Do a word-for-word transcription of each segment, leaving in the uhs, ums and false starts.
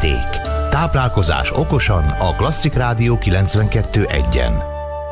Érték. Táplálkozás okosan a Klasszik Rádió kilencvenkettő egyen.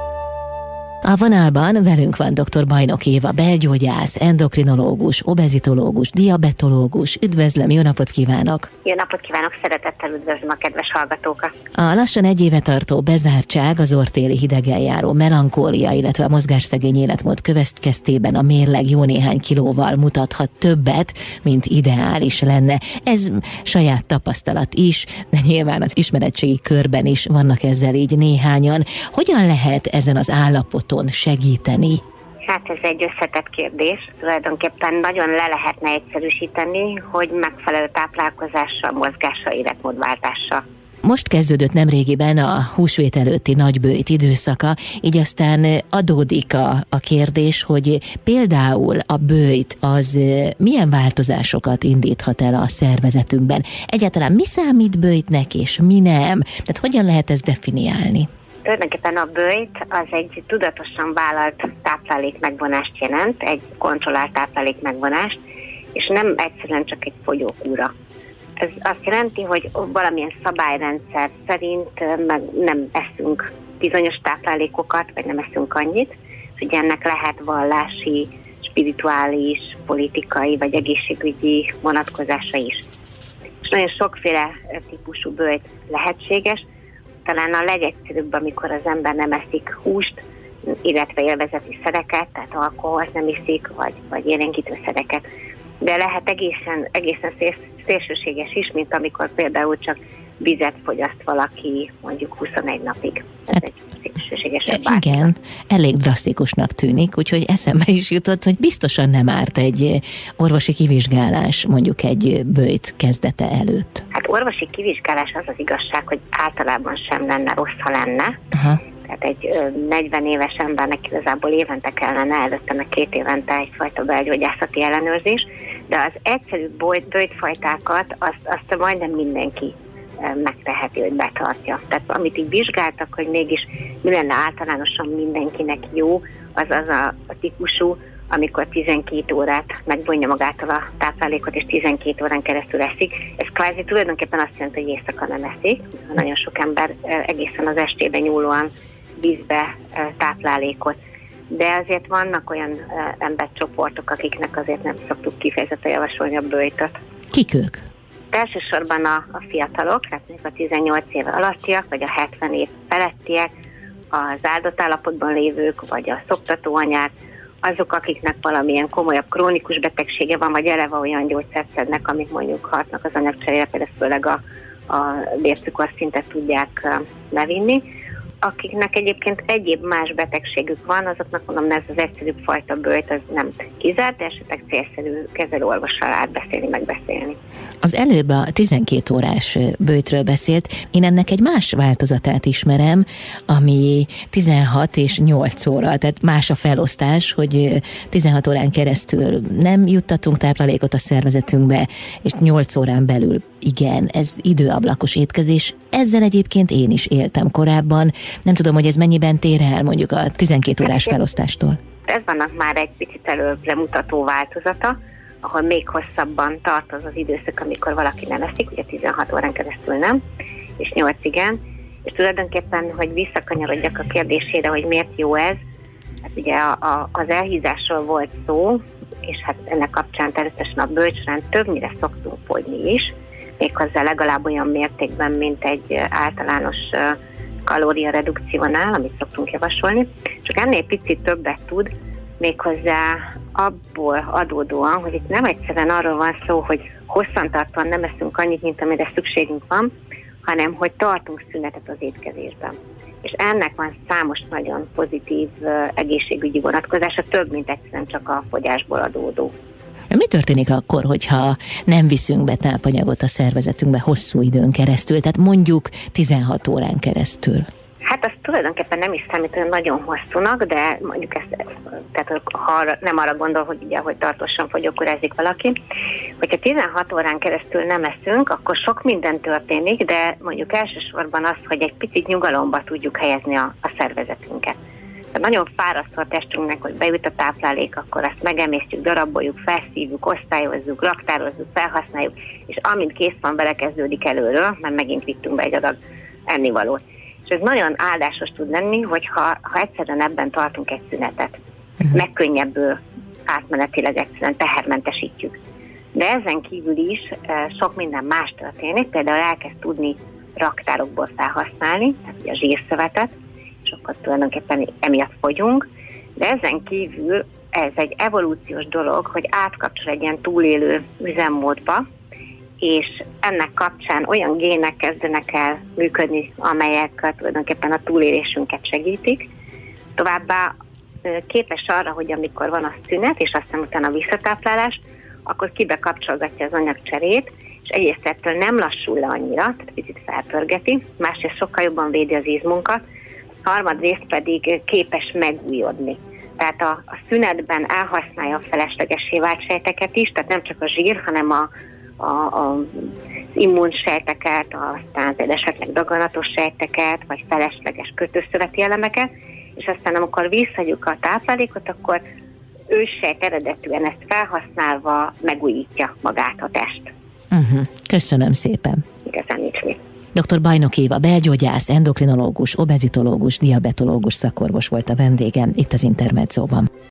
A vonalban velünk van dr. Bajnok Éva, belgyógyász, endokrinológus, obezitológus, diabetológus. Üdvözlöm, jó napot kívánok! Jó napot kívánok, szeretettel üdvözlöm a kedves hallgatókat! A lassan egy éve tartó bezártság, az orrtéli hidegen járó melankólia, illetve a mozgásszegény életmód következtében a mérleg jó néhány kilóval mutathat többet, mint ideális lenne. Ez saját tapasztalat is, de nyilván az ismeretségi körben is vannak ezzel így néhányan. Hogyan lehet ezen az állapoton segíteni? Hát ez egy összetett kérdés. Tulajdonképpen nagyon le lehetne egyszerűsíteni, hogy megfelelő táplálkozással, mozgással, életmódváltással. Most kezdődött nemrégiben a húsvét előtti nagyböjt időszaka, így aztán adódik a, a kérdés, hogy például a böjt az milyen változásokat indíthat el a szervezetünkben. Egyáltalán mi számít böjtnek és mi nem? Tehát hogyan lehet ezt definiálni? Tulajdonképpen a böjt az egy tudatosan vállalt táplálék megvonást jelent, egy kontrollált táplálék megvonást, és nem egyszerűen csak egy fogyókúra. Ez azt jelenti, hogy valamilyen szabályrendszer szerint meg nem eszünk bizonyos táplálékokat, vagy nem eszünk annyit, és ugye ennek lehet vallási, spirituális, politikai vagy egészségügyi vonatkozása is. És nagyon sokféle típusú böjt lehetséges. Talán a legegyszerűbb, amikor az ember nem eszik húst, illetve élvezeti szereket, tehát alkoholt nem iszik, vagy, vagy élénkítőszereket. De lehet egészen, egészen szélsőséges is, mint amikor például csak vizet fogyaszt valaki mondjuk huszonegy napig. Ez hát, egy szélsőségesebb változat. Igen, elég drasztikusnak tűnik, úgyhogy eszembe is jutott, hogy biztosan nem árt egy orvosi kivizsgálás mondjuk egy böjt kezdete előtt. Hát orvosi kivizsgálás az az igazság, hogy általában sem lenne rossz, ha lenne. Aha. Tehát egy negyven éves embernek igazából évente kellene, előtte meg két évente egyfajta belgyógyászati ellenőrzés, de az egyszerű böjtfajtákat azt, azt majdnem mindenki megteheti, hogy betartja. Tehát amit így vizsgáltak, hogy mégis mi lenne általánosan mindenkinek jó, az az a, a típusú, amikor tizenkét órát megvonja magától a táplálékot, és tizenkét órán keresztül eszik. Ez kvázi tulajdonképpen azt jelenti, hogy éjszaka nem eszik. Nagyon sok ember egészen az estében nyúlóan vízbe táplálékot. De azért vannak olyan embercsoportok, akiknek azért nem szoktuk kifejezetten javasolni a böjtöt. Kik ők? Elsősorban a, a fiatalok, tehát a tizennyolc év alattiak, vagy a hetven év felettiek, az áldott állapotban lévők, vagy a szoptatóanyák, azok, akiknek valamilyen komolyabb krónikus betegsége van, vagy eleve olyan gyógyszert szednek, amik mondjuk hatnak az anyagcserére, például főleg a, a vércukorszintet tudják uh, levinni. Akiknek egyébként egyéb más betegségük van, azoknak mondom, ez az egyszerűbb fajta böjt, az nem kizárt, de esetleg célszerű kezelőorvossal átbeszélni, megbeszélni. Az előbb a tizenkét órás böjtről beszélt, én ennek egy más változatát ismerem, ami tizenhat és nyolc óra, tehát más a felosztás, hogy tizenhat órán keresztül nem juttatunk táplálékot a szervezetünkbe, és nyolc órán belül igen, ez időablakos étkezés. Ezzel egyébként én is éltem korábban. Nem tudom, hogy ez mennyiben tér el mondjuk a tizenkét órás felosztástól. Ez vannak már egy picit előbbre mutató változata, ahol még hosszabban tart az az időszak, amikor valaki nem eszik, ugye tizenhat órán keresztül nem, és nyolc igen. És tulajdonképpen, hogy visszakanyarodjak a kérdésére, hogy miért jó ez, hát ugye a, a, az elhízásról volt szó, és hát ennek kapcsán természetesen a böjt során többnyire szoktunk fogyni is, méghozzá legalább olyan mértékben, mint egy általános kalóriaredukciónál, amit szoktunk javasolni. Csak ennél picit többet tud, méghozzá abból adódóan, hogy itt nem egyszerűen arról van szó, hogy hosszantartóan nem eszünk annyit, mint amire szükségünk van, hanem hogy tartunk szünetet az étkezésben. És ennek van számos nagyon pozitív egészségügyi vonatkozása, több, mint egyszerűen csak a fogyásból adódó. Mi történik akkor, hogyha nem viszünk be tápanyagot a szervezetünkbe hosszú időn keresztül, tehát mondjuk tizenhat órán keresztül? Hát az tulajdonképpen nem is számít olyan nagyon hosszúnak, de mondjuk ezt, tehát ha nem arra gondol, hogy ugye, hogy tartósan fogyókúrázik valaki, hogyha tizenhat órán keresztül nem eszünk, akkor sok minden történik, de mondjuk elsősorban az, hogy egy picit nyugalomba tudjuk helyezni a, a szervezetünket. Tehát nagyon fárasztó a testünknek, hogy bejut a táplálék, akkor azt azt megemésztjük, daraboljuk, felszívjuk, osztályozzuk, raktározzuk, felhasználjuk, és amint kész van, belekezdődik előről, mert megint vittünk be egy adag ennivalót. És ez nagyon áldásos tud lenni, hogyha ha egyszerűen ebben tartunk egy szünetet. Uh-huh. Megkönnyebbül, átmenetileg egyszerűen tehermentesítjük. De ezen kívül is e, sok minden más történik, például elkezd tudni raktárokból felhasználni, tehát ugye a zsírszövetet, és akkor tulajdonképpen emiatt fogyunk, de ezen kívül ez egy evolúciós dolog, hogy átkapcsol egy ilyen túlélő üzemmódba, és ennek kapcsán olyan gének kezdenek el működni, amelyek tulajdonképpen a túlélésünket segítik. Továbbá képes arra, hogy amikor van a szünet, és aztán utána a visszatáplálás, akkor kibekapcsolgatja az anyagcserét, és egyrészt ettől nem lassul le annyira, tehát picit felpörgeti, másrészt sokkal jobban védi az izmunkat, harmadrészt pedig képes megújodni. Tehát a, a szünetben elhasználja a feleslegessé vált sejteket is, tehát nem csak a zsír, hanem a, a, a, az immunsejteket, aztán esetleg daganatos sejteket, vagy felesleges kötőszöveti elemeket, és aztán amikor visszaadjuk a táplálékot, akkor őssejt eredetűen ezt felhasználva megújítja magát a test. Uh-huh. Köszönöm szépen. Igazán nincs mit. doktor Bajnok Éva, belgyógyász, endokrinológus, obezitológus, diabetológus szakorvos volt a vendégem itt az Intermedzóban.